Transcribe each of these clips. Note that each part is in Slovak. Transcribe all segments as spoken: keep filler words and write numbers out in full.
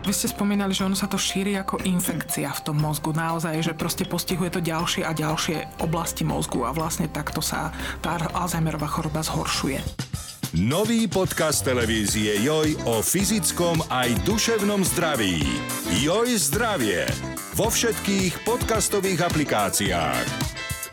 Vy ste spomínali, že ono sa to šíri ako infekcia v tom mozgu. Naozaj, že proste postihuje to ďalšie a ďalšie oblasti mozgu a vlastne takto sa tá Alzheimerová choroba zhoršuje. Nový podcast televízie Joj o fyzickom aj duševnom zdraví. Joj zdravie. Vo všetkých podcastových aplikáciách.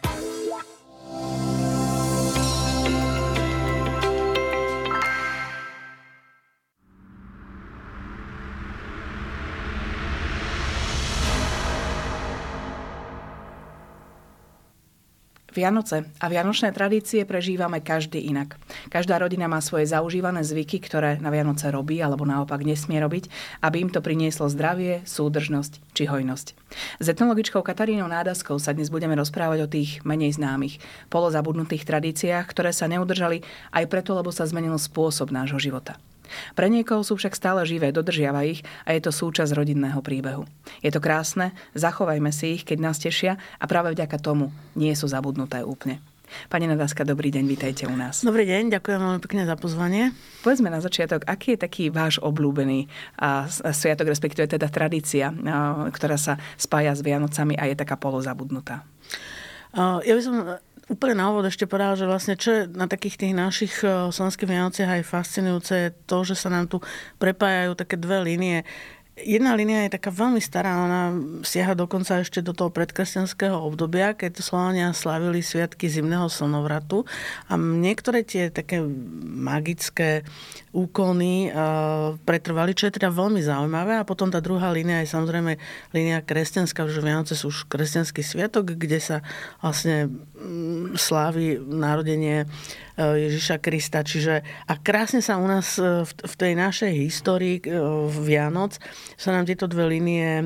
Vianoce a vianočné tradície prežívame každý inak. Každá rodina má svoje zaužívané zvyky, ktoré na Vianoce robí alebo naopak nesmie robiť, aby im to prinieslo zdravie, súdržnosť či hojnosť. S etnologičkou Katarínou Nádaskou sa dnes budeme rozprávať o tých menej známych, polozabudnutých tradíciách, ktoré sa neudržali aj preto, lebo sa zmenil spôsob nášho života. Pre niekoho sú však stále živé, dodržiava ich a je to súčasť rodinného príbehu. Je to krásne, zachovajme si ich, keď nás tešia a práve vďaka tomu nie sú zabudnuté úplne. Pani Nadáska, dobrý deň, vítajte u nás. Dobrý deň, ďakujem veľmi pekne za pozvanie. Povedzme na začiatok, aký je taký váš obľúbený a, a sviatok, respektíve teda tradícia, a, ktorá sa spája s Vianocami a je taká polozabudnutá? Uh, ja by som úplne na úvod ešte povedala, že vlastne čo je na takých tých našich slovenských Vianociach aj fascinujúce je to, že sa nám tu prepájajú také dve línie. Jedna línia je taká veľmi stará, ona siaha dokonca ešte do toho predkresťanského obdobia, keď Slovania slávili sviatky zimného slnovratu a niektoré tie také magické úkony uh, pretrvali, čo je teda veľmi zaujímavé. A potom tá druhá línia je samozrejme línia kresťanská, že Vianoce sú už kresťanský sviatok, kde sa vlastne um, slávi narodenie Ježiša Krista. Čiže a krásne sa u nás v, v tej našej histórii v Vianoc sa nám tieto dve línie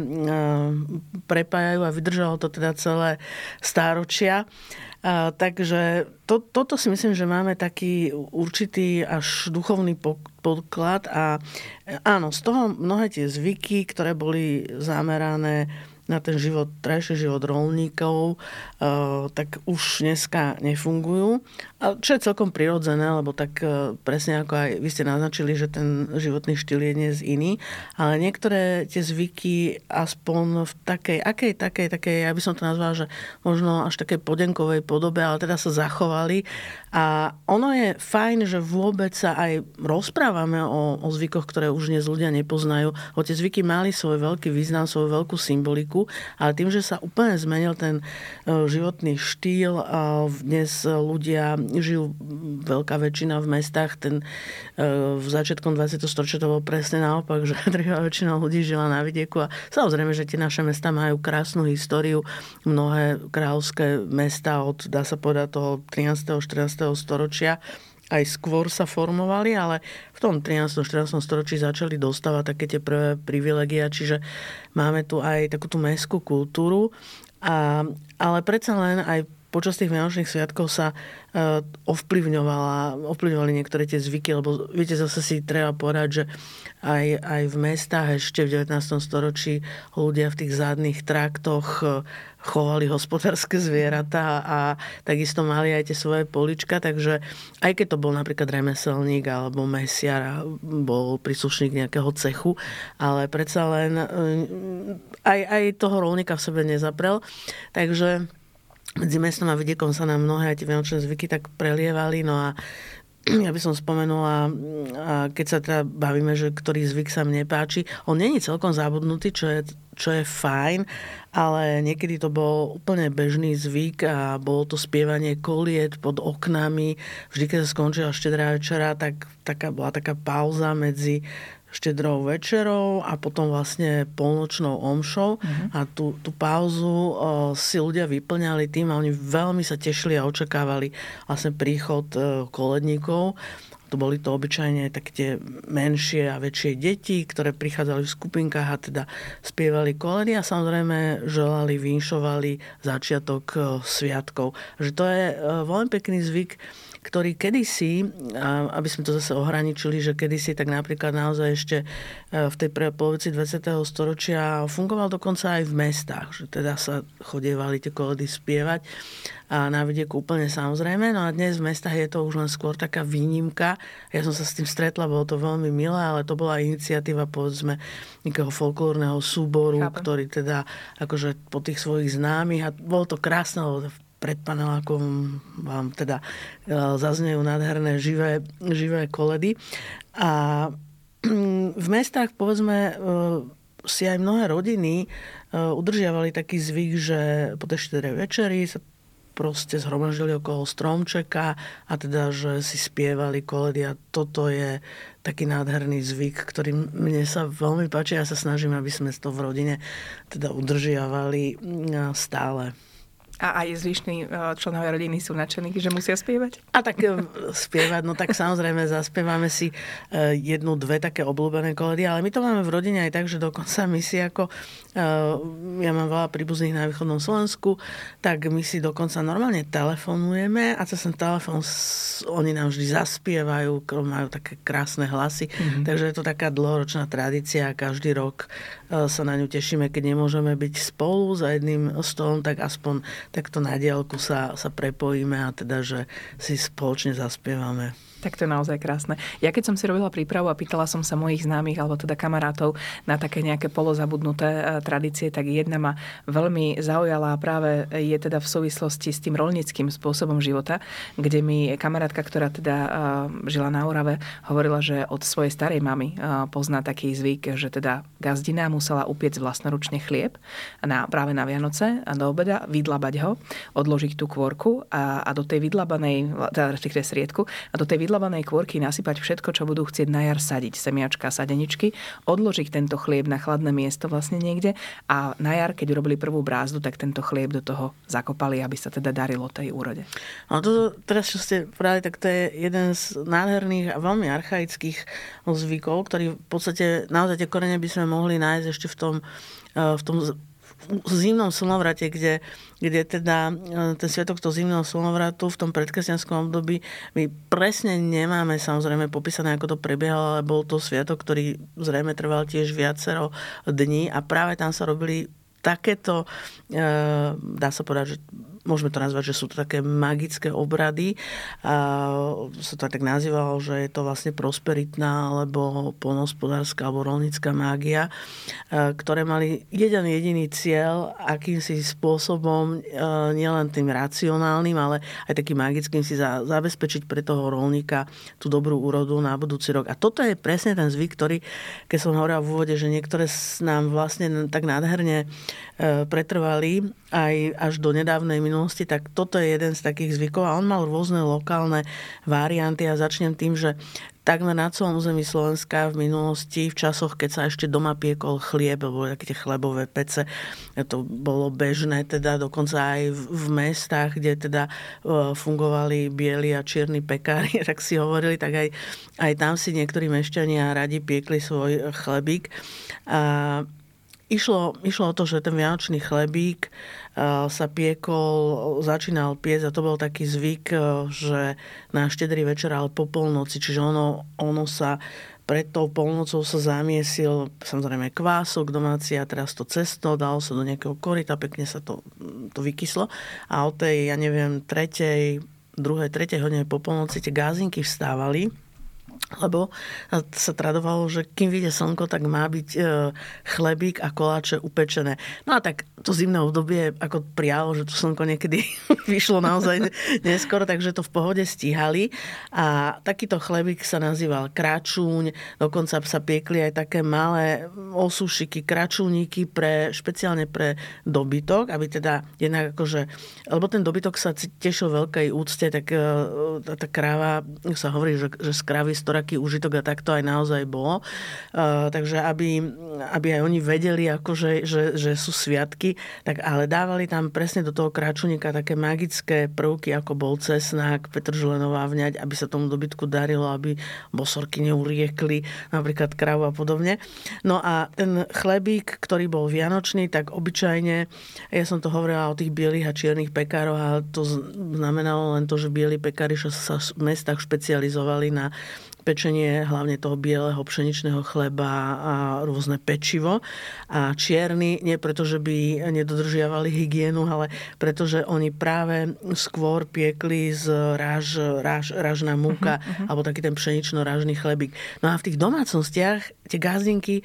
prepájajú a vydržalo to teda celé stáročia. A, takže to, toto si myslím, že máme taký určitý až duchovný podklad a áno, z toho mnohé tie zvyky, ktoré boli zamerané na ten život, trajší život roľníkov, tak už dneska nefungujú. A čo je celkom prirodzené, lebo tak presne ako aj vy ste naznačili, že ten životný štýl je dnes iný, ale niektoré tie zvyky aspoň v takej, akej, takej, takej, ja by som to nazvala, že možno až takej podenkovej podobe, ale teda sa zachovali. A ono je fajn, že vôbec sa aj rozprávame o, o zvykoch, ktoré už dnes ľudia nepoznajú. O tie zvyky mali svoj veľký význam, svoju veľkú symboliku, ale tým, že sa úplne zmenil ten životný štýl, dnes ľudia žijú, veľká väčšina v mestách, ten v začiatkom dvadsiateho storočia to bolo presne naopak, že drvivá väčšina ľudí žila na vidieku a samozrejme, že tie naše mestá majú krásnu históriu, mnohé kráľovské mestá od, dá sa povedať, toho trinásteho štrnásteho storočia aj skôr sa formovali, ale v tom trinástom štrnástom storočí začali dostávať také tie prvé privilegia, čiže máme tu aj takú tú mestskú kultúru, a, ale predsa len aj počas tých vianočných sviatkov sa uh, ovplyvňovala, ovplyvňovali niektoré tie zvyky, lebo viete, zase si treba povedať, že aj, aj v mestách ešte v devätnástom storočí ľudia v tých zadných traktoch uh, chovali hospodárske zvieratá a takisto mali aj tie svoje polička, takže aj keď to bol napríklad remeselník alebo mesiar a bol príslušník nejakého cechu, ale predsa len uh, aj, aj toho roľníka v sebe nezaprel, takže medzi mestom a vidiekom sa nám mnohé tie vianočné zvyky tak prelievali. No a ja by som spomenula, keď sa teda bavíme, že ktorý zvyk sa mne páči, on nie je celkom zabudnutý, čo je, čo je fajn, ale niekedy to bol úplne bežný zvyk a bolo to spievanie koliet pod oknami. Vždy, keď sa skončila štedrá večera, tak taká, bola taká pauza medzi štedrou večerou a potom vlastne polnočnou omšou. Uh-huh. A tú, tú pauzu o, si ľudia vyplňali tým a oni veľmi sa tešili a očakávali vlastne príchod o, koledníkov. To boli to obyčajne tak tie menšie a väčšie deti, ktoré prichádzali v skupinkách a teda spievali koledy a samozrejme želali, vinšovali začiatok o, sviatkov. Že to je o, veľmi pekný zvyk, ktorý kedysi, aby sme to zase ohraničili, že kedysi tak napríklad naozaj ešte v tej prvej polovici dvadsiateho storočia fungoval dokonca aj v mestách, že teda sa chodievali tie koledy spievať a na vidieku úplne samozrejme. No a dnes v mestách je to už len skôr taká výnimka. Ja som sa s tým stretla, bolo to veľmi milé, ale to bola iniciatíva povedzme nejakého folklórneho súboru, Chápem. ktorý teda akože po tých svojich známych, a bolo to krásne, pred panelákom vám teda zaznejú nádherné živé, živé koledy. A v mestách, povedzme, si aj mnohé rodiny udržiavali taký zvyk, že po tej štedrej večeri sa proste zhromaždili okolo stromčeka a teda, že si spievali koledy a toto je taký nádherný zvyk, ktorý mne sa veľmi páči a ja sa snažím, aby sme to v rodine teda udržiavali stále. A aj zvyšní členovia rodiny sú nadšení, že musia spievať? A tak spievať, no tak samozrejme zaspievame si jednu, dve také obľúbené koledy, ale my to máme v rodine aj tak, že dokonca my si ako, ja mám veľa príbuzných na východnom Slovensku, tak my si dokonca normálne telefonujeme a cez ten telefon oni nám vždy zaspievajú, majú také krásne hlasy, mm-hmm. takže je to taká dlhoročná tradícia a každý rok sa na ňu tešíme, keď nemôžeme byť spolu za jedným stolom, tak aspoň takto na diaľku sa, sa prepojíme a teda, že si spoločne zaspievame. Tak to je naozaj krásne. Ja keď som si robila prípravu a pýtala som sa mojich známych alebo teda kamarátov na také nejaké polozabudnuté tradície, tak jedna ma veľmi zaujala a práve je teda v súvislosti s tým roľnickým spôsobom života, kde mi kamarátka, ktorá teda žila na Orave, hovorila, že od svojej starej mamy pozná taký zvyk, že teda gazdina musela upiecť vlastnoručne chlieb na, práve na Vianoce a do obeda, vydlabať ho, odložiť tú kôrku a, a do tej vydlabanej, teda respektíve sriedku, a do tej vydlabanej kôrky nasypať všetko, čo budú chcieť na jar sadiť, semiačka, sadeničky, odložiť tento chlieb na chladné miesto vlastne niekde a na jar, keď urobili prvú brázdu, tak tento chlieb do toho zakopali, aby sa teda darilo tej úrode. No to teraz, čo ste povedali, tak to je jeden z nádherných a veľmi archaických zvykov, ktorý v podstate naozaj tie korene by sme mohli nájsť ešte v tom, v tom zimnom slnovrate, kde, kde teda ten sviatok toho zimného slnovratu v tom predkresťanskom období my presne nemáme samozrejme popísané, ako to prebiehalo, ale bol to sviatok, ktorý zrejme trval tiež viacero dní a práve tam sa robili takéto, dá sa povedať, že môžeme to nazvať, že sú to také magické obrady. A sa to tak nazývalo, že je to vlastne prosperitná alebo poľnohospodárska alebo roľnícka mágia, ktoré mali jeden jediný cieľ, akýmsi spôsobom, nielen tým racionálnym, ale aj takým magickým si zabezpečiť pre toho roľníka tú dobrú úrodu na budúci rok. A toto je presne ten zvyk, ktorý, keď som hovorila v úvode, že niektoré nám vlastne tak nádherne pretrvali aj až do nedávnej minulosti, tak toto je jeden z takých zvykov a on mal rôzne lokálne varianty a začnem tým, že takmer na celom území Slovenska v minulosti, v časoch, keď sa ešte doma piekol chlieb, boli také tie chlebové pece, to bolo bežné, teda dokonca aj v mestách, kde teda fungovali bieli a čierni pekári, tak si hovorili, tak aj, aj tam si niektorí mešťania radi piekli svoj chlebík. A Išlo, išlo o to, že ten vianočný chlebík sa piekol, začínal piecť a to bol taký zvyk, že na štedrý večer, ale po polnoci, čiže ono, ono sa pred tou polnocou sa zamiesil samozrejme kvások domáci a teraz to cesto, dalo sa do nejakého koryta, pekne sa to, to vykyslo a o tej, ja neviem, tretej, druhej, tretej hodine po polnoci tie gázinky vstávali, lebo sa tradovalo, že kým vyjde slnko, tak má byť chlebík a koláče upečené. No a tak to zimné obdobie ako prialo, že to slnko niekedy vyšlo naozaj neskoro, takže to v pohode stíhali. A takýto chlebík sa nazýval kračúň, dokonca sa piekli aj také malé osušiky, kračúniky pre, špeciálne pre dobytok, aby teda jednak akože, lebo ten dobytok sa tešil veľkej úcte, tak tá kráva, sa hovorí, že, že z krávy z storaký užitok a tak to aj naozaj bolo. Uh, takže aby, aby aj oni vedeli, akože, že, že sú sviatky, tak ale dávali tam presne do toho kráčuníka také magické prvky, ako bol cesnák, petržlenová vňať, aby sa tomu dobytku darilo, aby bosorky neuriekli, napríklad kravu a podobne. No a ten chlebík, ktorý bol vianočný, tak obyčajne, ja som to hovorila o tých bielých a čiernych pekároch a to znamenalo len to, že bieli pekári sa v mestách špecializovali na pečenie hlavne toho bieleho pšeničného chleba a rôzne pečivo. A čierny, nie preto, že by nedodržiavali hygienu, ale preto, že oni práve skôr piekli z ráž, ráž, rážna múka, uh-huh, uh-huh. alebo taký ten pšenično-rážny chlebík. No a v tých domácnostiach tie gazdinky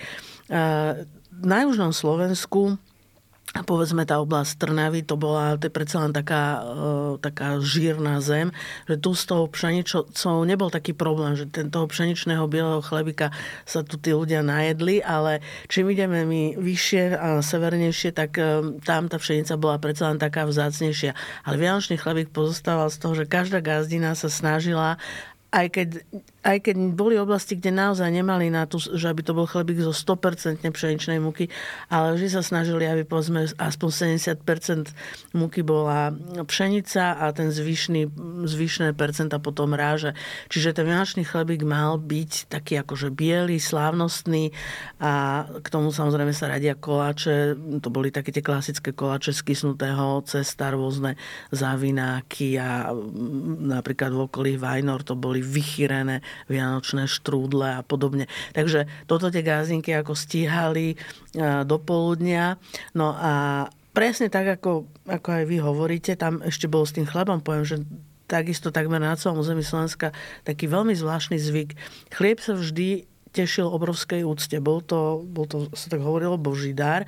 na južnom Slovensku a povedzme tá oblasť Trnavy, to bola, to je predsa len taká, e, taká žírna zem, že tu s tou pšenicou nebol taký problém, že ten, toho pšeničného bieleho chlebika sa tu tí ľudia najedli, ale čím ideme my vyššie a severnejšie, tak e, tam tá pšenica bola predsa len taká vzácnejšia. Ale vianočný chlebík pozostával z toho, že každá gazdina sa snažila, aj keď, aj keď boli oblasti, kde naozaj nemali na to, že aby to bol chlebík zo sto percent pšeničnej múky, ale vždy sa snažili, aby povedzme aspoň sedemdesiat percent múky bola pšenica a ten zvyšný, zvyšné percenta potom ráže. Čiže ten vianočný chlebík mal byť taký akože biely, slávnostný a k tomu samozrejme sa radia koláče. To boli také tie klasické koláče z kysnutého cesta, rôzne závináky a napríklad v okolí Vajnor to boli vychýrené vianočné štrúdle a podobne. Takže toto tie gazdinky ako stíhali do poludnia. No a presne tak, ako, ako aj vy hovoríte, tam ešte bol s tým chlebom, poviem, že takisto takmer na celom území Slovenska taký veľmi zvláštny zvyk. Chlieb sa vždy tešil obrovskej úcte. Bol to, bol to sa tak hovorilo, boží dar.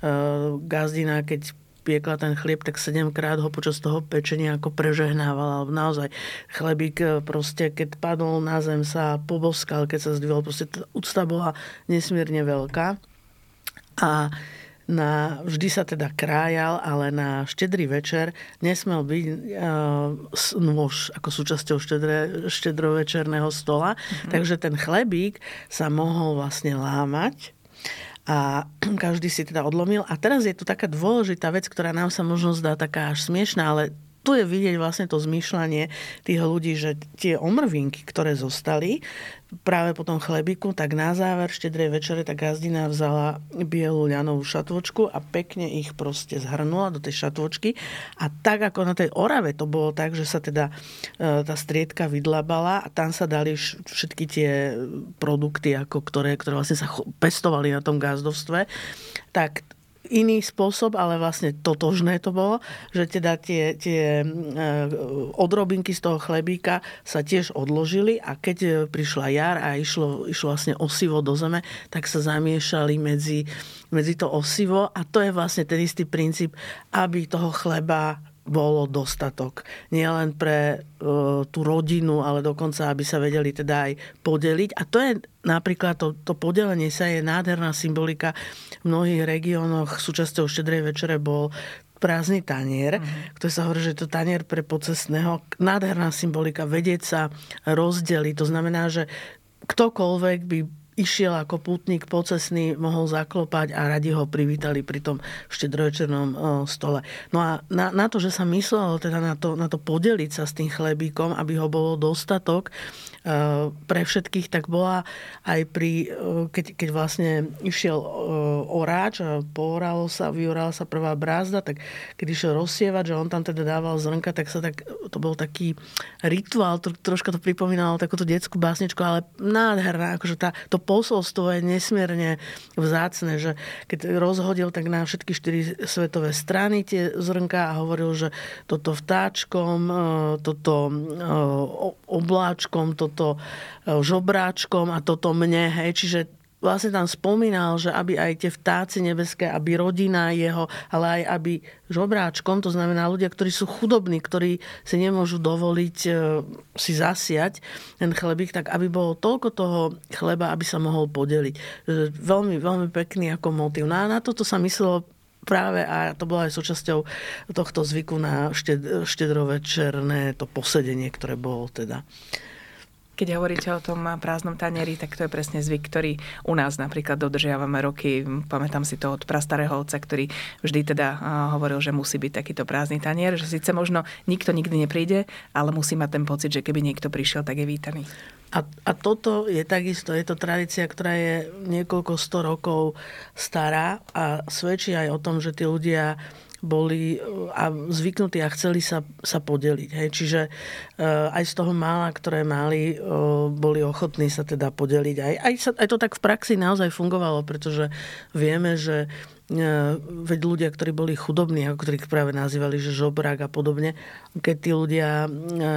Gazdina, keď piekla ten chlieb, tak sedemkrát ho počas toho pečenia ako prežehnávala. Naozaj chlebík proste, keď padol na zem, sa poboskal, keď sa zdvihol. Proste tá úcta bola nesmierne veľká. A na, vždy sa teda krájal, ale na štedrý večer nesmel byť uh, nôž ako súčasťou štedre, štedrovečerného stola. Mm-hmm. Takže ten chlebík sa mohol vlastne lámať a každý si teda odlomil. A teraz je tu taká dôležitá vec, ktorá nám sa možno zdá taká až smiešná, ale tu je vidieť vlastne to zmýšľanie tých ľudí, že tie omrvinky, ktoré zostali práve po tom chlebiku, tak na záver štedrej večere tá gazdina vzala bielu ľanovú šatôčku a pekne ich proste zhrnula do tej šatôčky. A tak ako na tej Orave to bolo tak, že sa teda tá striedka vydlabala a tam sa dali všetky tie produkty, ako ktoré, ktoré vlastne sa pestovali na tom gazdovstve, tak iný spôsob, ale vlastne totožné to bolo, že teda tie, tie odrobinky z toho chlebíka sa tiež odložili a keď prišla jar a išlo, išlo vlastne osivo do zeme, tak sa zamiešali medzi, medzi to osivo a to je vlastne ten istý princíp, aby toho chleba bolo dostatok. Nie len pre uh, tú rodinu, ale dokonca, aby sa vedeli teda aj podeliť. A to je napríklad to, to podelenie sa je nádherná symbolika. V mnohých regiónoch súčasťou štedrej večere bol prázdny tanier, mm. ktorý sa hovorí, že je to tanier pre pocestného. Nádherná symbolika, vedieť sa rozdeliť. To znamená, že ktokoľvek by išiel ako pútnik pocestný, mohol zaklopať a radi ho privítali pri tom štedrovečernom stole. No a na, na to, že sa myslelo teda na to, na to podeliť sa s tým chlebíkom, aby ho bolo dostatok pre všetkých, tak bola aj pri, keď, keď vlastne išiel oráč, pooralo sa, vyorala sa prvá brázda, tak keď išiel rozsievať, že on tam teda dával zrnka, tak sa tak, to bol taký rituál, to, troška to pripomínalo takúto detskú básničku, ale nádherná, akože tá, to posolstvo je nesmierne vzácne, že keď rozhodil tak na všetky štyri svetové strany tie zrnka a hovoril, že toto vtáčkom, toto obláčkom, toto žobráčkom a toto mne, hej, čiže vlastne tam spomínal, že aby aj tie vtáci nebeské, aby rodina jeho, ale aj aby žobráčkom, to znamená ľudia, ktorí sú chudobní, ktorí si nemôžu dovoliť si zasiať ten chlebík, tak aby bolo toľko toho chleba, aby sa mohol podeliť. Veľmi, veľmi pekný ako motív. No a na toto sa myslelo práve a to bolo aj súčasťou tohto zvyku na šted, štedrovečerné to posedenie, ktoré bolo teda. Keď hovoríte o tom prázdnom tanieri, tak to je presne zvyk, ktorý u nás napríklad dodržiavame roky. Pamätám si to od prastarého otca, ktorý vždy teda hovoril, že musí byť takýto prázdny tanier, že síce možno nikto nikdy nepríde, ale musí mať ten pocit, že keby niekto prišiel, tak je vítaný. A, a toto je takisto, je to tradícia, ktorá je niekoľko sto rokov stará a svedčí aj o tom, že tí ľudia boli a zvyknutí a chceli sa, sa podeliť. Hej. Čiže e, aj z toho mála, ktoré mali, e, boli ochotní sa teda podeliť. Aj, aj, sa, aj to tak v praxi naozaj fungovalo, pretože vieme, že e, veď ľudia, ktorí boli chudobní, ako ktorých práve nazývali, že žobrák a podobne, keď tí ľudia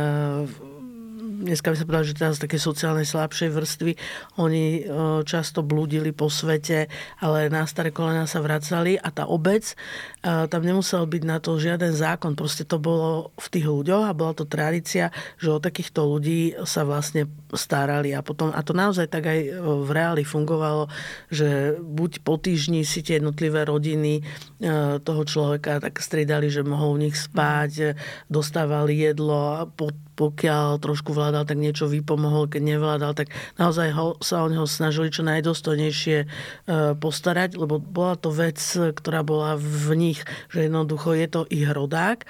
e, dneska by sa povedal, že teraz z také sociálnej slabšej vrstvy oni často blúdili po svete, ale na staré kolená sa vracali a tá obec, tam nemusel byť na to žiaden zákon. Proste to bolo v tých ľuďoch a bola to tradícia, že o takýchto ľudí sa vlastne starali a potom, a to naozaj tak aj v reáli fungovalo, že buď po týždni si tie jednotlivé rodiny toho človeka tak striedali, že mohol v nich spať, dostávali jedlo a po pokiaľ trošku vládal, tak niečo vypomohol, keď nevládal, tak naozaj ho, sa o neho snažili čo najdostojnejšie e, postarať, lebo bola to vec, ktorá bola v nich, že jednoducho je to ich rodák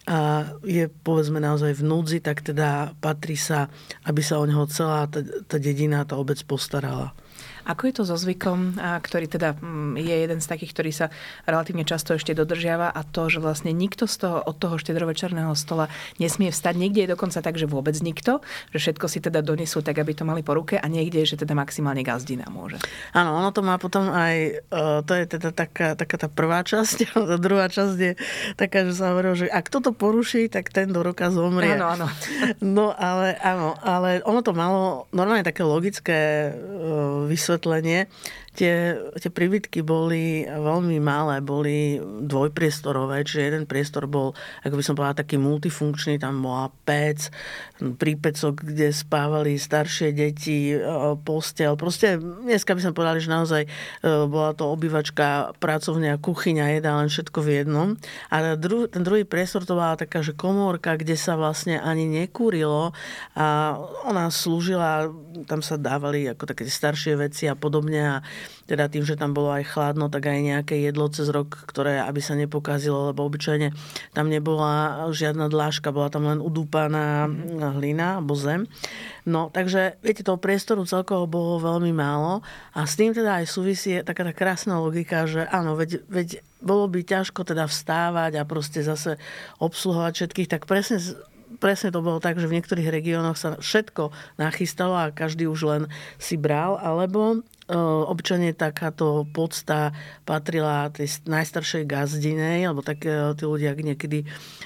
a je povedzme naozaj v núdzi, tak teda patrí sa, aby sa o neho celá tá, tá dedina, tá obec postarala. Ako je to so zvykom, ktorý teda je jeden z takých, ktorý sa relatívne často ešte dodržiava a to, že vlastne nikto z toho, od toho štedrovečerného stola nesmie vstať. Niekde je dokonca tak, že vôbec nikto, že všetko si teda donesú tak, aby to mali po ruke a niekde je, že teda maximálne gazdina môže. Áno, ono to má potom aj, to je teda taká, taká tá prvá časť, a tá druhá časť je taká, že sa hovorilo, že ak toto poruší, tak ten do roka zomrie. Áno, áno. No ale áno, ale ono to malo normálne také logické vysvetlenie. Vysvetlenie. Tie, tie príbytky boli veľmi malé, boli dvojpriestorové, čiže jeden priestor bol, ako by som povedala, taký multifunkčný, tam bola pec, prípecok, kde spávali staršie deti, posteľ. Proste dneska by som povedala, že naozaj bola to obývačka, pracovňa, kuchyňa, jedáleň, všetko v jednom. A dru, ten druhý priestor to bola taká, že komórka, kde sa vlastne ani nekúrilo a ona slúžila, tam sa dávali ako také staršie veci a podobne a teda tým, že tam bolo aj chladno, tak aj nejaké jedlo cez rok, ktoré aby sa nepokazilo, lebo obyčajne tam nebola žiadna dláška, bola tam len udúpaná hlina alebo zem. No, takže, viete, toho priestoru celkovo bolo veľmi málo a s tým teda aj súvisí taká tá krásna logika, že áno, veď, veď bolo by ťažko teda vstávať a proste zase obsluhovať všetkých, tak presne Presne to bolo tak, že v niektorých regiónoch sa všetko nachystalo a každý už len si bral, alebo obyčajne takáto podsta patrila tej najstaršej gazdinej, alebo tak tí ľudia niekedy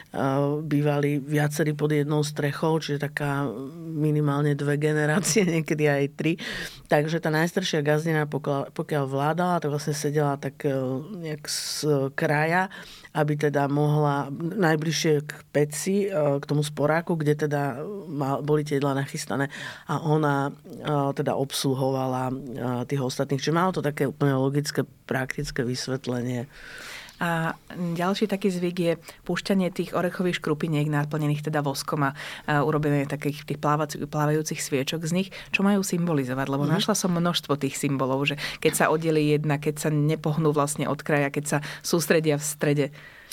bývali viacerí pod jednou strechou, čiže taká minimálne dve generácie, niekedy aj tri. Takže tá najstaršia gazdina, pokiaľ, pokiaľ vládala, tak vlastne sedela tak nejak z kraja, aby teda mohla najbližšie k peci, k tomu sporáku, kde teda boli tie jedlá nachystané a ona teda obsluhovala tých ostatných. Čiže malo to také úplne logické, praktické vysvetlenie. A ďalší taký zvyk je púšťanie tých orechových škrupiniek naplnených teda voskom a urobené takých tých plávajúcich sviečok z nich, čo majú symbolizovať. Lebo mm. našla som množstvo tých symbolov, že keď sa oddelí jedna, keď sa nepohnú vlastne od kraja, keď sa sústredia v strede.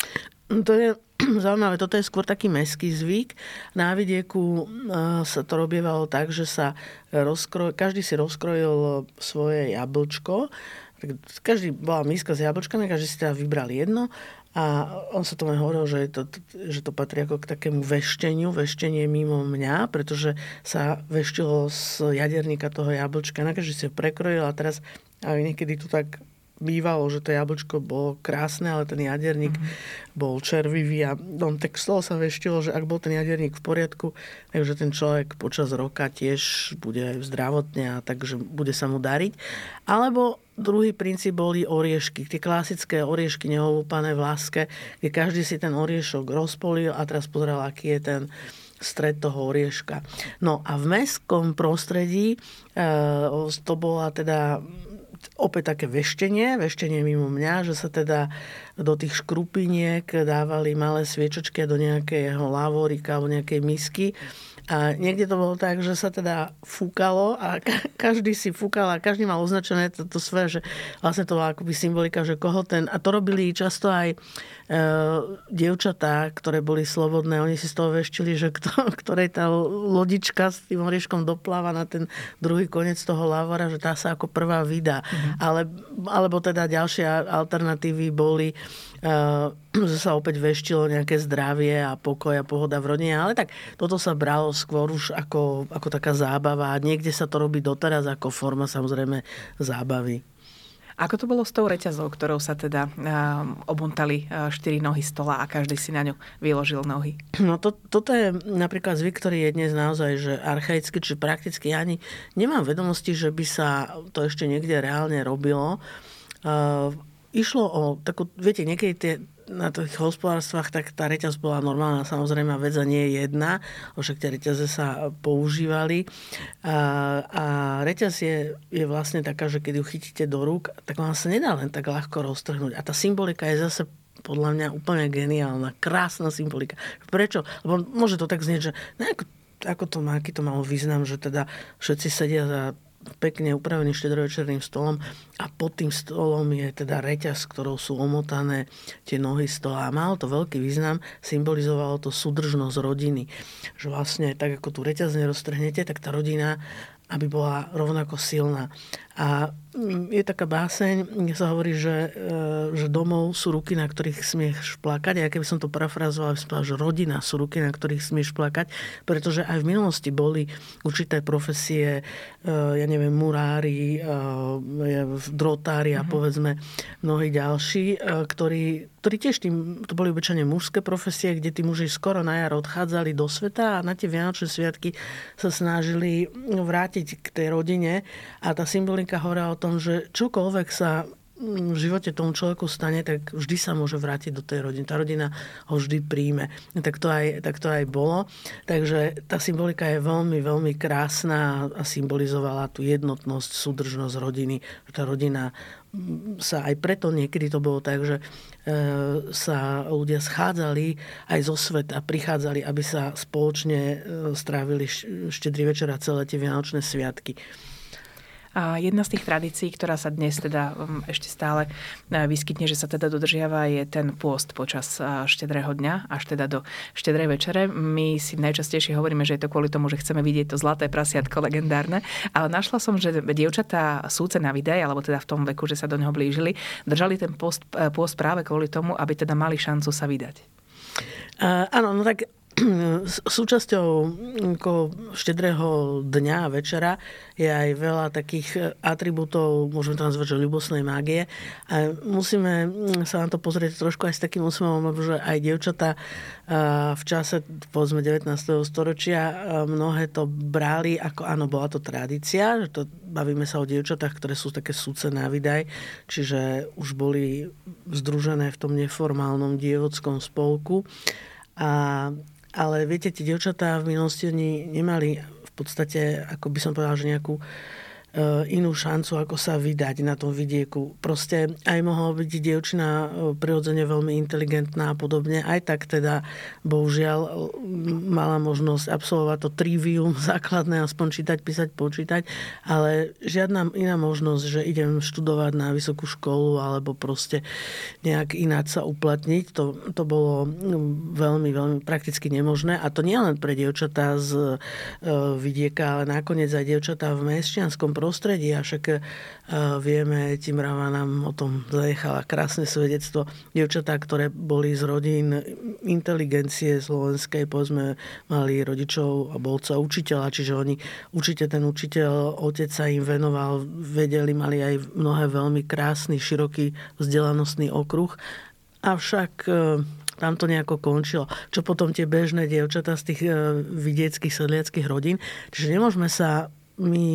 To je zaujímavé, toto je skôr taký mestský zvyk. Na vidieku sa to robievalo tak, že sa rozkroj, každý si rozkrojil svoje jablčko. Každý bola miska s jablčkami, každý si teda vybral jedno a on sa tomu hovoril, že, je to, že to patrí ako k takému vešteniu, veštenie mimo mňa, pretože sa veštilo z jaderníka toho jablčka. Na každý si ho prekrojil a teraz aj niekedy tu tak bývalo, že to jablčko bolo krásne, ale ten jaderník mm-hmm. bol červivý a no, tak z toho sa veštilo, že ak bol ten jaderník v poriadku, takže ten človek počas roka tiež bude zdravotne a takže bude sa mu dariť. Alebo druhý princíp boli oriešky. Tie klasické oriešky neolúpané v láske, kde každý si ten oriešok rozpolil a teraz pozrel, aký je ten stred toho orieška. No a v mestskom prostredí e, to bola teda opäť také veštenie, veštenie mimo mňa, že sa teda do tých škrupiniek dávali malé sviečočky do nejakého lávorika alebo nejakej misky A niekde to bolo tak, že sa teda fúkalo a ka- každý si fúkal a každý mal označené toto svoje, že vlastne to bola akoby symbolika, že koho ten... A to robili často aj e, dievčatá, ktoré boli slobodné. Oni si z toho veštili, že kto, ktorej tá lodička s tým orieškom dopláva na ten druhý koniec toho lavora, že tá sa ako prvá vydá. Mhm. Ale, alebo teda ďalšie alternatívy boli, uh, že sa opäť veštilo nejaké zdravie a pokoj a pohoda v rodine. Ale tak toto sa bralo skôr už ako, ako taká zábava. Niekde sa to robí doteraz ako forma samozrejme zábavy. Ako to bolo s tou reťazou, ktorou sa teda uh, obuntali uh, štyri nohy stola a každý si na ňu vyložil nohy? No to, toto je napríklad zvyk, ktorý je dnes naozaj že archaicky, či prakticky. Ja ani nemám vedomosti, že by sa to ešte niekde reálne robilo. Uh, išlo o takú, viete, niekedy tie na tých hospodárstvách, tak tá reťaz bola normálna, samozrejme vec a nie je jedna, však tie reťaze sa používali. A, a reťaz je, je vlastne taká, že keď ju chytíte do rúk, tak vám sa nedá len tak ľahko roztrhnúť. A tá symbolika je zase podľa mňa úplne geniálna, krásna symbolika. Prečo? Lebo môže to tak znieť, že no, ako, ako to má, aký to malo význam, že teda všetci sedia za pekne upraveným štedrovečerným stolom a pod tým stolom je teda reťaz, ktorou sú omotané tie nohy stola. A malo to veľký význam, symbolizovalo to súdržnosť rodiny. Že vlastne tak, ako tu reťaz neroztrhnete, tak tá rodina, aby bola rovnako silná. A je taká báseň, kde sa hovorí, že, že domov sú ruky, na ktorých smieš plakať. A ja keby som to parafrazovala, by som povedala, že rodina sú ruky, na ktorých smieš plakať, pretože aj v minulosti boli určité profesie, ja neviem, murári, drotári a povedzme mnohí ďalší, ktorí, ktorí tiež tým, to boli obyčajne mužské profesie, kde tí muži skoro na jar odchádzali do sveta a na tie vianočné sviatky sa snažili vrátiť k tej rodine. A tá symbolika hovorila o tom, že čokoľvek sa v živote tomu človeku stane, tak vždy sa môže vrátiť do tej rodiny. Tá rodina ho vždy príjme. Tak to aj, tak to aj bolo. Takže tá symbolika je veľmi, veľmi krásna a symbolizovala tú jednotnosť, súdržnosť rodiny. Tá rodina sa aj preto niekedy to bolo tak, že sa ľudia schádzali aj zo sveta, prichádzali, aby sa spoločne strávili štedrý večer a celé tie vianočné sviatky. A jedna z tých tradícií, ktorá sa dnes teda ešte stále vyskytne, že sa teda dodržiava, je ten pôst počas štedrého dňa až teda do štedrej večere. My si najčastejšie hovoríme, že je to kvôli tomu, že chceme vidieť to zlaté prasiatko legendárne, ale našla som, že dievčatá súce na videj, alebo teda v tom veku, že sa do neho blížili, držali ten pôst, pôst práve kvôli tomu, aby teda mali šancu sa vydať. Uh, áno, no tak súčasťou štedrého dňa a večera je aj veľa takých atribútov, môžeme to nazvať, že ľubosnej mágie. A musíme sa na to pozrieť trošku aj s takým úsmevom, že aj dievčatá v čase, povedzme, devätnásteho storočia mnohé to brali ako, áno, bola to tradícia, že to bavíme sa o dievčatách, ktoré sú také súce na vydaj, čiže už boli združené v tom neformálnom dievotskom spolku. A ale viete, tie dievčatá v minulosti oni nemali v podstate, ako by som povedala, že nejakú inú šancu, ako sa vydať na tom vidieku. Proste aj mohla byť dievčina prirodzene veľmi inteligentná a podobne. Aj tak teda, bohužiaľ, mala možnosť absolvovať to trivium základné, aspoň čítať, písať, počítať, ale žiadna iná možnosť, že idem študovať na vysokú školu alebo proste nejak ináč sa uplatniť, to, to bolo veľmi, veľmi prakticky nemožné. A to nie len pre dievčatá z vidieka, ale nakoniec aj dievčatá v mestčianskom prostredí, a však uh, vieme, Timrava nám o tom zanechala krásne svedectvo. Dievčatá, ktoré boli z rodín inteligencie slovenskej, povedzme, mali rodičov a bolca učiteľa, čiže oni, určite ten učiteľ, otec sa im venoval, vedeli, mali aj mnohé veľmi krásny, široký vzdelanostný okruh. Avšak uh, tam to nejako končilo. Čo potom tie bežné dievčatá z tých uh, vidieckých, sedliackých rodín. Čiže nemôžeme sa my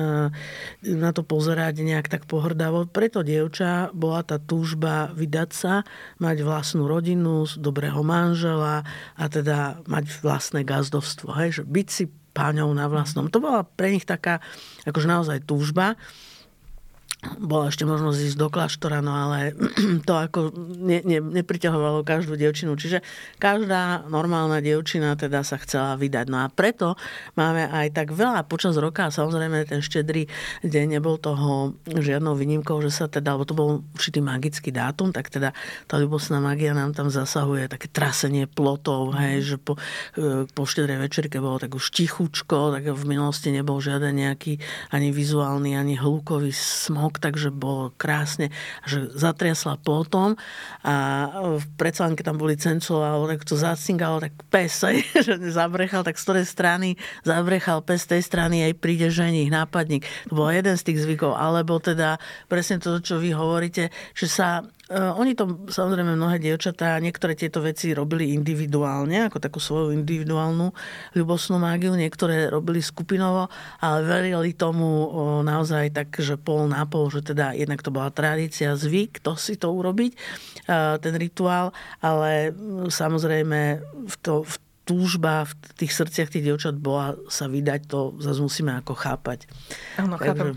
na to pozerať nejak tak pohrdavo. Preto dievča bola tá túžba vydať sa, mať vlastnú rodinu, dobrého manžela a teda mať vlastné gazdovstvo. Hej? Že byť si páňou na vlastnom. To bola pre nich taká akože naozaj túžba. bola ešte možnosť ísť do kláštora, no ale to ako ne, ne, nepriťahovalo každú dievčinu. Čiže každá normálna dievčina teda sa chcela vydať. No a preto máme aj tak veľa počas roka, a samozrejme ten štedrý deň nebol toho žiadnou výnimkou, že sa teda, lebo to bol určitý magický dátum, tak teda tá ľubostná magia nám tam zasahuje také trasenie plotov, hej, že po, po štedrej večerke bolo tak už tichučko, tak v minulosti nebol žiaden nejaký ani vizuálny, ani hlukový smog, takže bolo krásne, že zatriasla plotom a predsa len, keď tam boli cencová, tak to zacingalo, tak pes, že zabrechal, tak z ktorej strany zabrechal pes, z tej strany aj príde ženich, nápadník. To bol jeden z tých zvykov, alebo teda presne to, čo vy hovoríte, že sa Uh, oni to, samozrejme, mnohé dievčatá, niektoré tieto veci robili individuálne, ako takú svoju individuálnu ľubostnú mágiu, niektoré robili skupinovo, ale verili tomu uh, naozaj tak, že pol na pol, že teda jednak to bola tradícia, zvyk, to si to urobiť, uh, ten rituál, ale uh, samozrejme v to v túžba v tých srdciach tých dievčat bola sa vydať, to zase musíme ako chápať. Áno, chápem.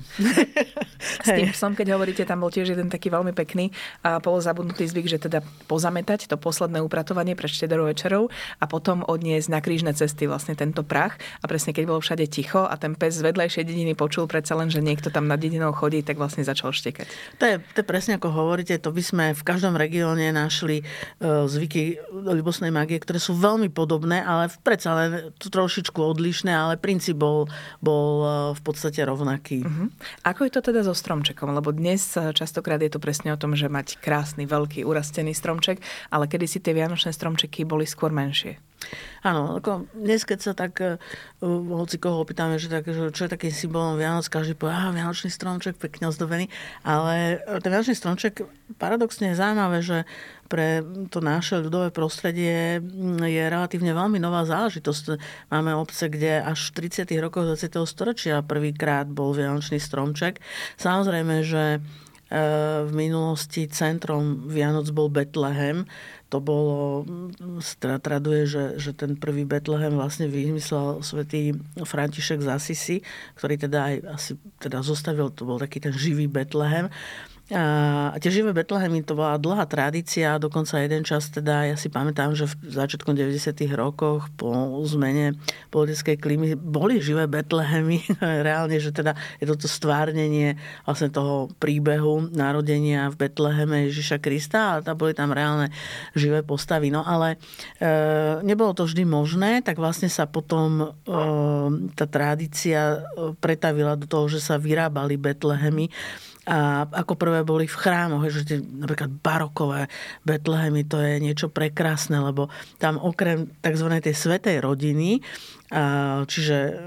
S tým psom, keď hovoríte, tam bol tiež jeden taký veľmi pekný a polozabudnutý zvyk, že teda pozametať to posledné upratovanie pred štedrou večerou a potom odniesť na krížne cesty vlastne tento prach. A presne keď bolo všade ticho a ten pes z vedľajšej dediny počul predsa len, že niekto tam nad dedinou chodí, tak vlastne začal štekať. To je, to je presne ako hovoríte, to by sme v každom regióne našli uh, zvyky ľubostnej mágie, ktoré sú veľmi podobné, ale predsa len trošičku odlišné, ale princíp bol, bol v podstate rovnaký. Uh-huh. Ako je to teda so stromčekom? Lebo dnes častokrát je to presne o tom, že mať krásny, veľký, urastený stromček, ale kedysi tie vianočné stromčeky boli skôr menšie. Áno, ako dnes, keď sa tak uh, hoci koho opýtame, že, tak, že čo je takým symbolom Vianoc, každý povie, aha, vianočný stromček, pekne ozdobený, ale ten vianočný stromček paradoxne je zaujímavé, že pre to naše ľudové prostredie je relatívne veľmi nová záležitosť. Máme obce, kde až v tridsiatych rokoch dvadsiateho storočia prvýkrát bol vianočný stromček. Samozrejme, že v minulosti centrom Vianoc bol Betlehem. To bolo, traduje, že, že ten prvý Betlehem vlastne vymyslel svätý František z Assisi, ktorý teda aj asi teda zostavil, to bol taký ten živý Betlehem. A tie živé Betlehemy, to bola dlhá tradícia, dokonca jeden čas, teda ja si pamätám, že v začiatkom deväťdesiatych rokoch po zmene politickej klímy boli živé Betlehemy, reálne, že teda je toto stvárnenie vlastne toho príbehu narodenia v Betleheme Ježiša Krista, ale tam boli tam reálne živé postavy. No ale e, nebolo to vždy možné, tak vlastne sa potom e, tá tradícia pretavila do toho, že sa vyrábali Betlehemy. A ako prvé boli v chrámoch, že tie, napríklad barokové Betlehemy, to je niečo prekrásne, lebo tam okrem tzv. Tej svätej rodiny, čiže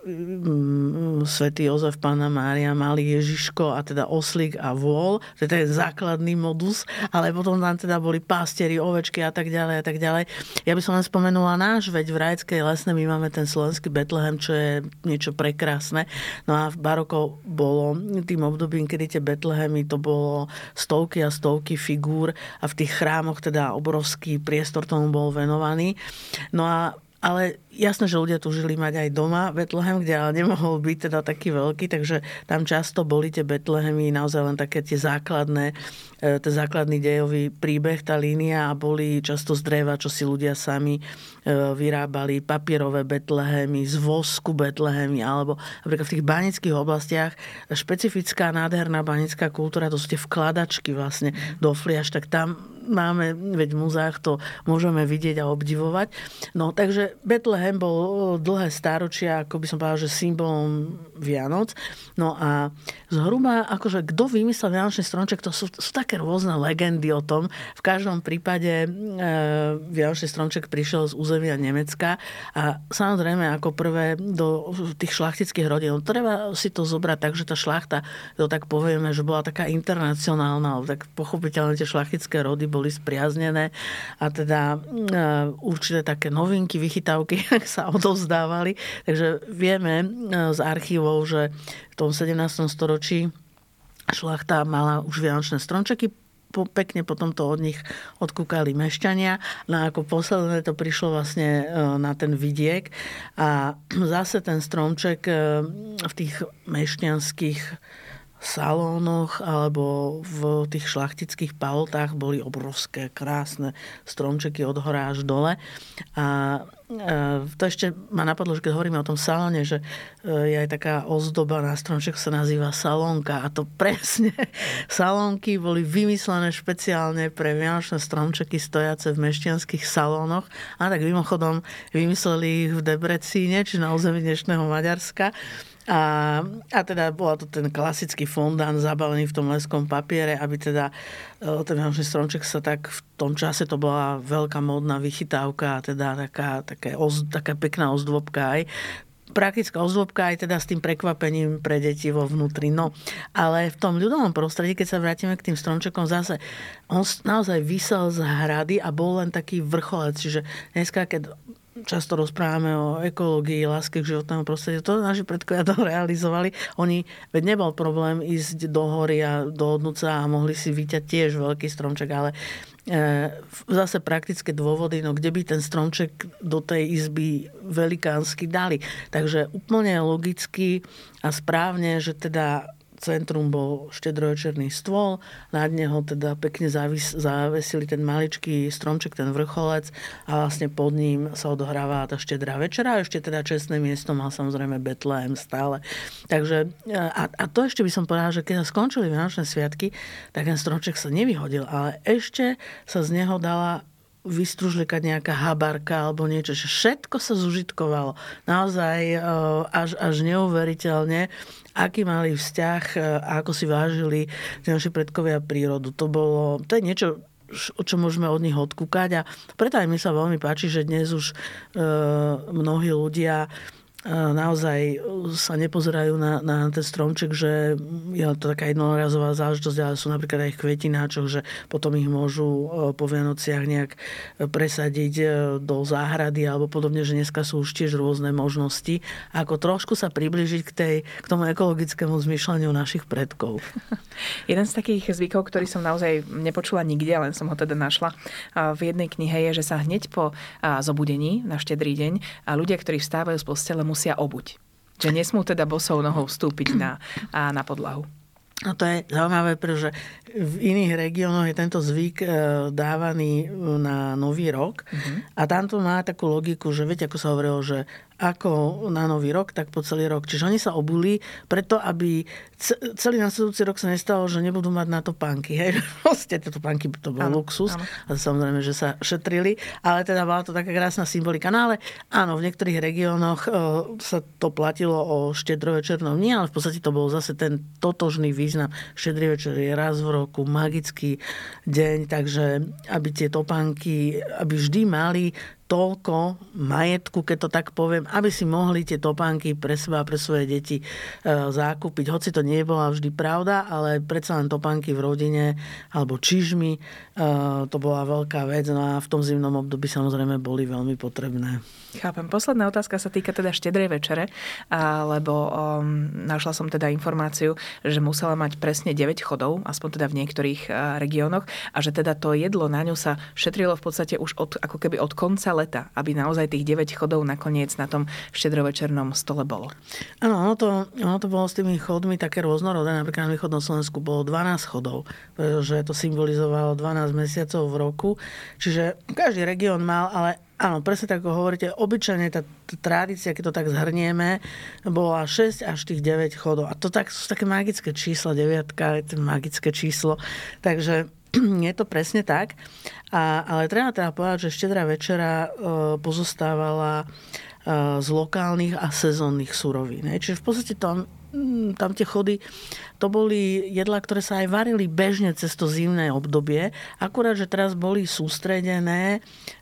svätý Jozef, Panna Mária, malý Ježiško a teda oslík a vôl, to je ten základný modus, ale potom tam teda boli pastieri, ovečky a tak ďalej a tak ďalej. Ja by som len spomenula náš, veď v Rajeckej Lesnej my máme ten slovenský Betlehem, čo je niečo prekrásne. No a v baroko bolo tým obdobím, kedy tie Betlehemy, to bolo stovky a stovky figúr a v tých chrámoch teda obrovský priestor tomu bol venovaný. No a ale jasné, že ľudia túžili mať aj doma Betlehem, kde ale nemohol byť teda taký veľký, takže tam často boli tie Betlehemy naozaj len také tie základné, ten základný dejový príbeh, tá línia a boli často z dreva, čo si ľudia sami vyrábali, papierové Betlehemy, z vosku Betlehemy, alebo napríklad v tých banických oblastiach špecifická nádherná banická kultúra, to sú tie vkladačky vlastne do fliaš, tak tam máme, veď v múzeách to môžeme vidieť a obdivovať. No takže Betlehem bol dlhé stáročia, ako by som povedal, že symbolom Vianoc. No a zhruba, akože kto vymyslel vianočný stromček, to sú, sú také rôzne legendy o tom. V každom prípade e, vianočný stromček prišiel z územia Nemecka a samozrejme ako prvé do tých šlachtických rodín. Treba si to zobrať tak, že tá šlachta, to tak povieme, že bola taká internacionálna, tak pochopiteľne tie šlachtické rody boli spriaznené a teda e, určité také novinky, vychytávky sa odovzdávali. Takže vieme e, z archívov, že v tom sedemnástom storočí šlachta mala už vianočné stromčeky, po, pekne potom to od nich odkúkali mešťania. No a ako posledné to prišlo vlastne e, na ten vidiek a zase ten stromček e, v tých mešťanských salónoch alebo v tých šlachtických palotách boli obrovské, krásne stromčeky od hora až dole. A to ešte ma napadlo, že keď hovoríme o tom salóne, že je aj taká ozdoba na stromček, sa nazýva salónka. A to presne salónky boli vymyslené špeciálne pre vianočné stromčeky stojace v mešťanských salónoch. A tak mimochodom vymysleli ich v Debrecíne, či na území dnešného Maďarska. A, a teda bola to ten klasický fondán zabalený v tom leskom papiere, aby teda ten vianočný stromček sa tak v tom čase, to bola veľká módna vychytávka a teda taká, taká, oz, taká pekná ozdôbka aj. Praktická ozdôbka aj teda s tým prekvapením pre deti vo vnútri. No, ale v tom ľudovom prostredí, keď sa vrátime k tým stromčekom, zase on naozaj visel z hrady a bol len taký vrcholec. Čiže dneska, keď často rozprávame o ekológii, láske k životnému prostrediu. To naši predkovia to realizovali. Oni, veď nebol problém ísť do hory a dohodnúť sa a mohli si vyťať tiež veľký stromček, ale e, zase praktické dôvody, no kde by ten stromček do tej izby velikánsky dali. Takže úplne logicky a správne, že teda centrum bol štedrovečerný stôl, nad neho teda pekne zavis, zavesili ten maličký stromček, ten vrcholec a vlastne pod ním sa odohráva tá štedrá večera a ešte teda čestné miesto mal samozrejme Betlehem stále. Takže a, a to ešte by som povedala, že keď sa skončili Vianočné sviatky, tak ten stromček sa nevyhodil, ale ešte sa z neho dala vystružlikať nejaká habarka alebo niečo, že všetko sa zužitkovalo. Naozaj až, až neuveriteľne, aký mali vzťah a ako si vážili naši predkovia prírodu. To bolo, to je niečo, o čo môžeme od nich odkúkať a preto aj mi sa veľmi páči, že dnes už e, mnohí ľudia naozaj sa nepozerajú na, na ten stromček, že je to taká jednorazová záležitosť, ale sú napríklad aj kvetináčok, že potom ich môžu po Vianociach nejak presadiť do záhrady alebo podobne, že dneska sú už tiež rôzne možnosti, ako trošku sa priblížiť k, tej, k tomu ekologickému zmýšľaniu našich predkov. Jeden z takých zvykov, ktorý som naozaj nepočula nikde, len som ho teda našla v jednej knihe, je, že sa hneď po zobudení na štedrý deň ľudia, ktorí vstávajú z postele, musia obuť. Že nesmú teda bosou nohou vstúpiť na, na podlahu. No to je zaujímavé, pretože v iných regiónoch je tento zvyk dávaný na Nový rok. Mm-hmm. A tamto má takú logiku, že viete, ako sa hovorilo, že ako na Nový rok, tak po celý rok. Čiže oni sa obuli preto, aby celý nasledujúci rok sa nestalo, že nebudú mať na topánky. Hej? Proste tie topánky, to bol áno, luxus. Áno. A samozrejme, že sa šetrili. Ale teda bola to taká krásna symbolika. No ale áno, v niektorých regiónoch sa to platilo o štedrovečernom dni, ale v podstate to bol zase ten totožný význam. Štedrý večer je raz v roku, magický deň, takže aby tie topánky, aby vždy mali toľko majetku, keď to tak poviem, aby si mohli tie topánky pre seba a pre svoje deti e, zákúpiť. Hoci to nie bola vždy pravda, ale predsa len topánky v rodine alebo čižmy, e, to bola veľká vec, no a v tom zimnom období samozrejme boli veľmi potrebné. Chápem. Posledná otázka sa týka teda štedrej večere, lebo um, našla som teda informáciu, že musela mať presne deväť chodov, aspoň teda v niektorých uh, regiónoch, a že teda to jedlo na ňu sa šetrilo v podstate už od, ako keby od konca leta, aby naozaj tých deväť chodov nakoniec na tom štedrovečernom stole bolo. Áno, ono to, ono to bolo s tými chodmi také rôznorodé. Napríklad na východnom Slovensku bolo dvanásť chodov, pretože to symbolizovalo dvanásť mesiacov v roku. Čiže každý región mal, ale áno, presne tak, ako hovoríte, obyčajne tá, tá tradícia, keď to tak zhrnieme, bola šesť až tých deväť chodov. A to tak, sú také magické čísla, deviatka je to magické číslo. Takže je to presne tak. A, ale treba teda povedať, že štedrá večera e, pozostávala e, z lokálnych a sezónnych surovín. Čiže v podstate tam tam tie chody, to boli jedlá, ktoré sa aj varili bežne cez to zimné obdobie, akurát, že teraz boli sústredené e,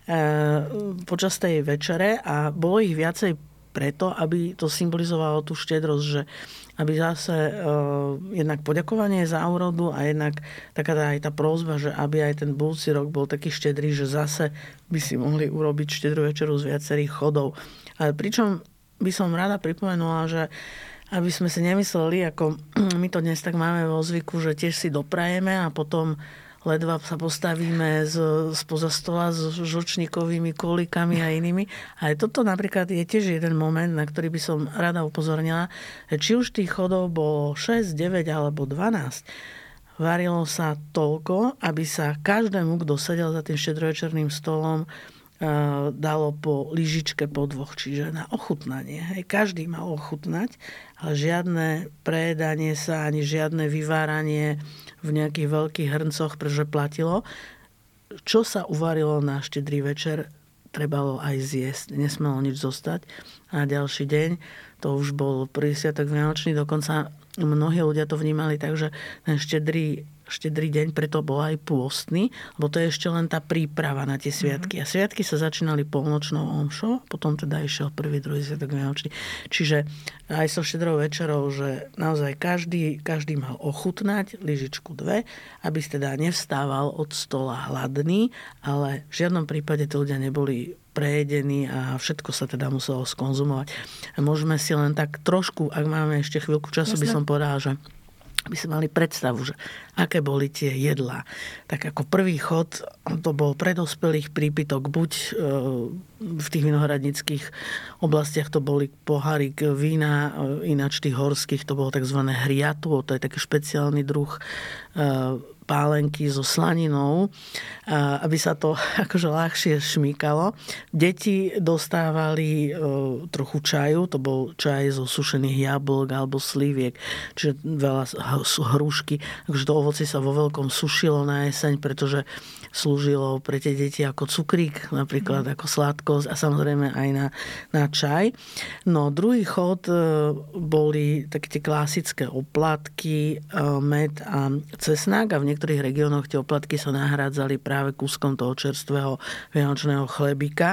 počas tej večere a bolo ich viacej preto, aby to symbolizovalo tú štedrosť, že aby zase e, jednak poďakovanie za úrodu a jednak taká tá, aj tá prosba, že aby aj ten budúci rok bol taký štedrý, že zase by si mohli urobiť štedrú večeru z viacerých chodov. Ale pričom by som rada pripomenula, že aby sme si nemysleli, ako my to dnes tak máme vo zvyku, že tiež si doprajeme a potom ledva sa postavíme z, spoza stola s žlčníkovými kolikami a inými. A toto napríklad je tiež jeden moment, na ktorý by som rada upozornila, či už tých chodov bolo šesť, deväť alebo dvanásť. Varilo sa toľko, aby sa každému, kto sedel za tým štedrovečerným stolom, dalo po lyžičke po dvoch, čiže na ochutnanie. Hej, každý mal ochutnať, ale žiadne prejedanie sa, ani žiadne vyváranie v nejakých veľkých hrncoch, pretože platilo. Čo sa uvarilo na štedrý večer, trebalo aj zjesť. Nesmelo nič zostať. A ďalší deň, to už bol prvý sviatok vianočný, dokonca mnohí ľudia to vnímali tak, že ten štedrý štedrý deň, preto bol aj pôstny, lebo to je ešte len tá príprava na tie sviatky. A sviatky sa začínali polnočnou omšou, potom teda išiel prvý, druhý sviatok vianočný. Čiže aj so štedrou večerou, že naozaj každý, každý mal ochutnať lyžičku dve, aby teda nevstával od stola hladný, ale v žiadnom prípade tí ľudia neboli prejedení a všetko sa teda muselo skonzumovať. A môžeme si len tak trošku, ak máme ešte chvíľku času, Jasne. by som povedala, že by sme mali predstavu, že aké boli tie jedlá. Tak ako prvý chod, to bol pre dospelých prípitok, buď v tých vinohradnických oblastiach to boli pohárik vína, ináč tých horských to bolo tzv. Hriatu, to je taký špeciálny druh pálenky so slaninou, aby sa to akože ľahšie šmýkalo. Deti dostávali trochu čaju, to bol čaj zo sušených jablok alebo sliviek, čiže veľa hrušky. Takže to ovocie sa vo veľkom sušilo na jeseň, pretože slúžilo pre tie deti ako cukrík, napríklad mm. ako sladkosť a samozrejme aj na, na čaj. No druhý chod boli také tie klasické oplatky, med a cesnak a v niektorých regiónoch tie oplatky sa nahrádzali práve kúskom toho čerstvého vianočného chlebíka.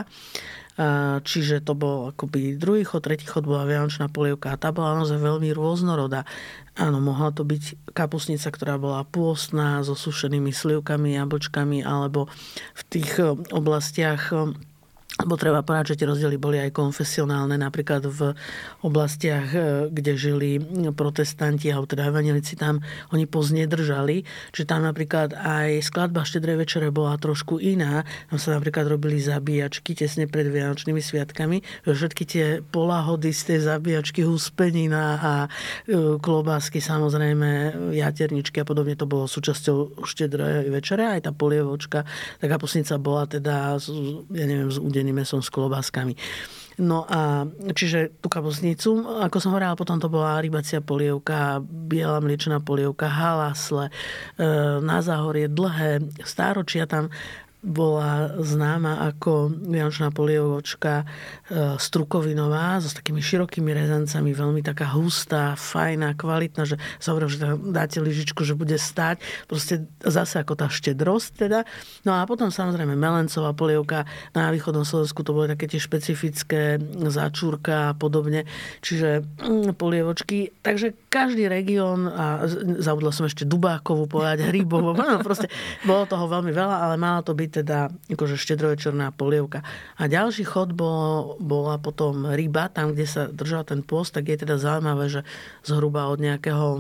Čiže to bol akoby druhý chod, tretí chod bola vianočná polievka a tá bola naozaj veľmi rôznorodá. Áno, mohla to byť kapustnica, ktorá bola pôstna so sušenými slivkami, jablčkami, alebo v tých oblastiach, lebo treba povedať, že tie rozdiely boli aj konfesionálne, napríklad v oblastiach, kde žili protestanti, alebo teda evanjelici, tam oni poznedržali, že tam napríklad aj skladba štedrej večere bola trošku iná. Tam sa napríklad robili zabíjačky tesne pred vianočnými sviatkami, že všetky tie polahody z tej zabíjačky, huspenina a klobásky, samozrejme jaterničky a podobne, to bolo súčasťou štedrej večere, aj tá polievočka, tá kapustnica bola teda, ja neviem, z údením mesom s klobáskami. No a čiže tú kapustnicu, ako som hovorila, potom to bola rybacia polievka, biela mliečná polievka, halasle, na záhorie dlhé stáročia tam bola známa ako vianočná polievočka strukovinová so s takými širokými rezancami, veľmi taká hustá, fajná, kvalitná, že sa hovorím, že tam dáte lyžičku, že bude stáť. Proste zase ako tá štedrosť teda. No a potom samozrejme melencová polievka. Na východnom Slovensku to boli také tie špecifické začúrka a podobne. Čiže polievočky. Takže každý región, a zabudla som ešte Dubákovú povedať, Hríbovo, no proste bolo toho veľmi veľa, ale mala to byť teda akože štedrovečerná polievka. A ďalší chod bol, bola potom ryba, tam, kde sa držal ten pôst, tak je teda zaujímavé, že zhruba od nejakého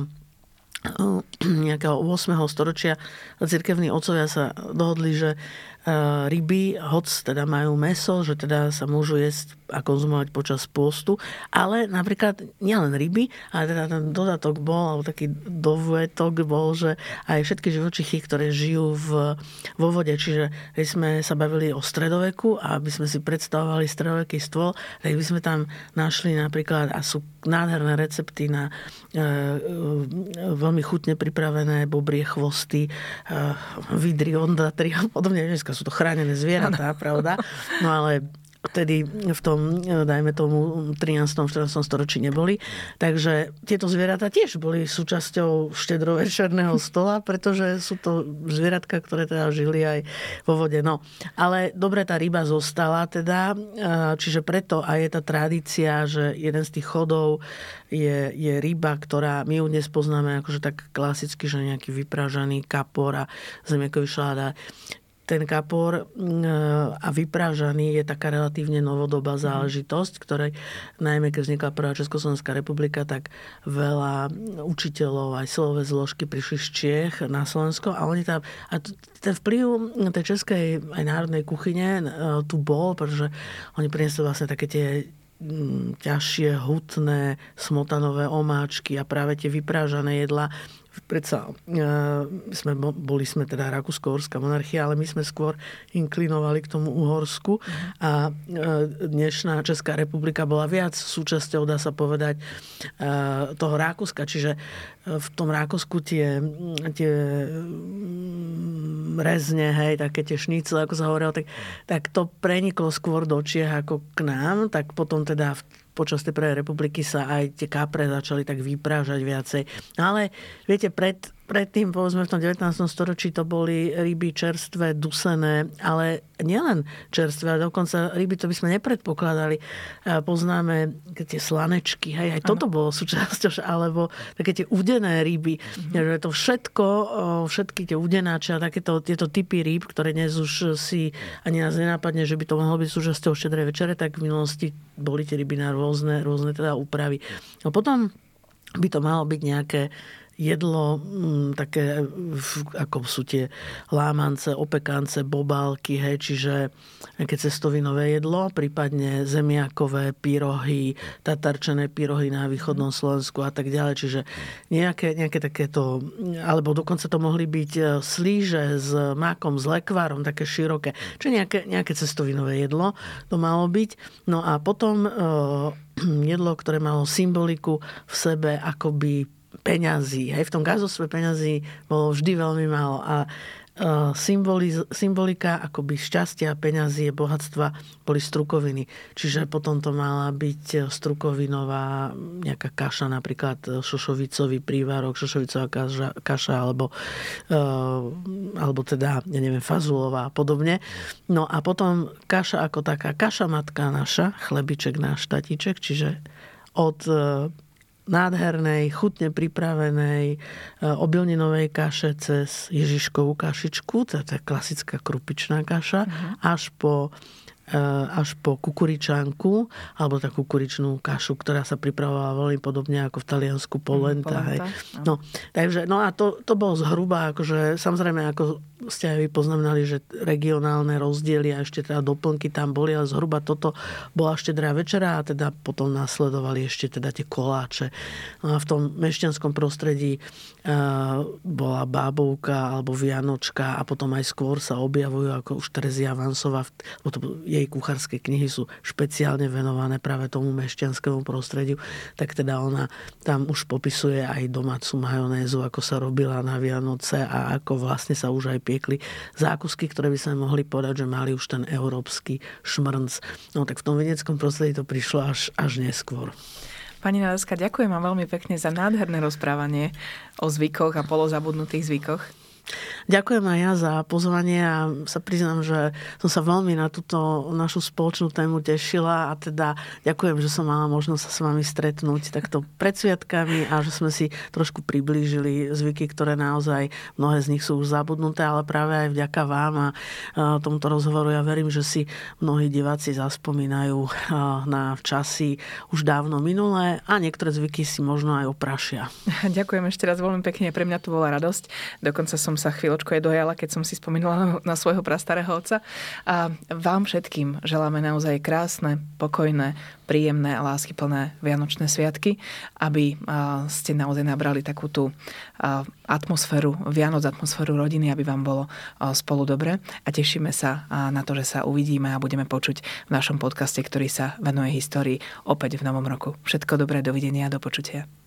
nejakého ôsmeho storočia cirkevní otcovia sa dohodli, že ryby, hoc teda majú mäso, že teda sa môžu jesť a konzumovať počas pôstu, ale napríklad nielen ryby, ale teda ten dodatok bol, alebo taký dovetok bol, že aj všetky živočichy, ktoré žijú v, vo vode, čiže keď sme sa bavili o stredoveku a aby sme si predstavovali stredoveký stôl, tak by sme tam našli napríklad, a sú nádherné recepty na e, e, veľmi chutne pripravené bobrie chvosty, e, vidry, ondatry a podobne. Dneska sú to chránené zvieratá, pravda? No ale vtedy v tom, dajme tomu, trinástom štrnástom storočí neboli. Takže tieto zvieratá tiež boli súčasťou štedrovečerného stola, pretože sú to zvieratka, ktoré teda žili aj vo vode. No, ale dobre, tá ryba zostala teda, čiže preto aj je tá tradícia, že jeden z tých chodov je, je ryba, ktorá, my ju dnes poznáme akože tak klasicky, že nejaký vypražaný kapor a zemiakový šalát. ten kapor a vyprážaný je taká relatívne novodobá záležitosť, ktorej najmä keď vznikla prvá Československá republika, tak veľa učiteľov aj silové zložky prišli z Čiech na Slovensko a oni tam, a ten vplyv tej českej aj národnej kuchyne tu bol, pretože oni priniesli vlastne také tie ťažšie, hutné, smotanové omáčky a práve tie vyprážané jedlá. Predsa e, sme, boli sme teda Rakúsko-Uhorská monarchia, ale my sme skôr inklinovali k tomu Uhorsku a e, dnešná Česká republika bola viac súčasťou, dá sa povedať, e, toho Rakúska. Čiže v tom Rakúsku tie, tie rezne, hej, také tie šnicle, ako sa hovorilo, tak, tak to preniklo skôr do Čiech ako k nám, tak potom teda v počas tej prvej republiky sa aj tie kapre začali tak vyprážať viacej. Ale viete, pred, predtým, povedzme v tom devätnástom storočí to boli ryby čerstvé, dusené, ale nielen čerstvé, ale dokonca ryby to by sme nepredpokladali. Poznáme tie slanečky, hej, aj toto bolo súčasťou, alebo také tie udené ryby. Mm-hmm. To všetko, všetky tie udenáče a takéto tieto typy rýb, ktoré dnes už si ani nás nenápadne, že by to mohlo byť súčasťou štedrej večere, tak v minulosti boli tie ryby na rôzne, rôzne teda úpravy. A potom by to malo byť nejaké jedlo, m, také, ako sú tie lámance, opekance, bobálky, hej, čiže nejaké cestovinové jedlo, prípadne zemiakové pyrohy, tatarčené pyrohy na východnom Slovensku a tak ďalej. Čiže nejaké, nejaké takéto, alebo dokonca to mohli byť slíže s mákom, s lekvárom, také široké. Čiže nejaké, nejaké cestovinové jedlo to malo byť. No a potom e, jedlo, ktoré malo symboliku v sebe akoby peňazí. Hej, v tom gázostve peňazí bolo vždy veľmi málo a symboliz, symbolika akoby šťastia, peňazí, bohatstva boli strukoviny. Čiže potom to mala byť strukovinová nejaká kaša, napríklad šošovicový prívarok, šošovicová kaša, kaša alebo, alebo teda, ja neviem, fazulová a podobne. No a potom kaša ako taká, kaša matka naša, chlebiček náš tatíček, čiže od nádhernej, chutne pripravenej obilninovej kaše cez ježiškovú kašičku, to je klasická krupičná kaša, uh-huh. až po až po kukuričanku, alebo takú kukuričnú kašu, ktorá sa pripravovala veľmi podobne ako v Taliansku polenta. Mm, polenta no, takže, no a to, to bolo zhruba, akože, samozrejme, ako ste aj vy poznamenali, že regionálne rozdiely a ešte teda doplnky tam boli, ale zhruba toto bola štedrá večera a teda potom nasledovali ešte teda tie koláče. No a v tom mešťanskom prostredí uh, bola bábovka alebo vianočka a potom aj skôr sa objavujú ako už Terezia Vansová, lebo to jej kuchárske knihy sú špeciálne venované práve tomu mešťanskému prostrediu, tak teda ona tam už popisuje aj domácu majonézu, ako sa robila na Vianoce a ako vlastne sa už aj piekli zákusky, ktoré by sme mohli povedať, že mali už ten európsky šmrnc. No tak v tom vedeckom prostredí to prišlo až, až neskôr. Pani Nadeska, ďakujem vám veľmi pekne za nádherné rozprávanie o zvykoch a polozabudnutých zvykoch. Ďakujem aj ja za pozvanie a sa priznám, že som sa veľmi na túto našu spoločnú tému tešila a teda ďakujem, že som mala možnosť sa s vami stretnúť takto pred sviatkami a že sme si trošku priblížili zvyky, ktoré naozaj mnohé z nich sú už zabudnuté, ale práve aj vďaka vám a tomuto rozhovoru ja verím, že si mnohí diváci zaspomínajú na časy už dávno minulé a niektoré zvyky si možno aj oprašia. Ďakujem ešte raz veľmi pekne, pre mňa to bola radosť. Dokonca som sa chvíľočku aj dojala, keď som si spomínala na svojho prastarého otca. A vám všetkým želáme naozaj krásne, pokojné, príjemné a láskyplné vianočné sviatky, aby ste naozaj nabrali takú tú atmosféru, Vianoc, atmosféru rodiny, aby vám bolo spolu dobre. A tešíme sa na to, že sa uvidíme a budeme počuť v našom podcaste, ktorý sa venuje histórii opäť v novom roku. Všetko dobré, dovidenia a do počutia.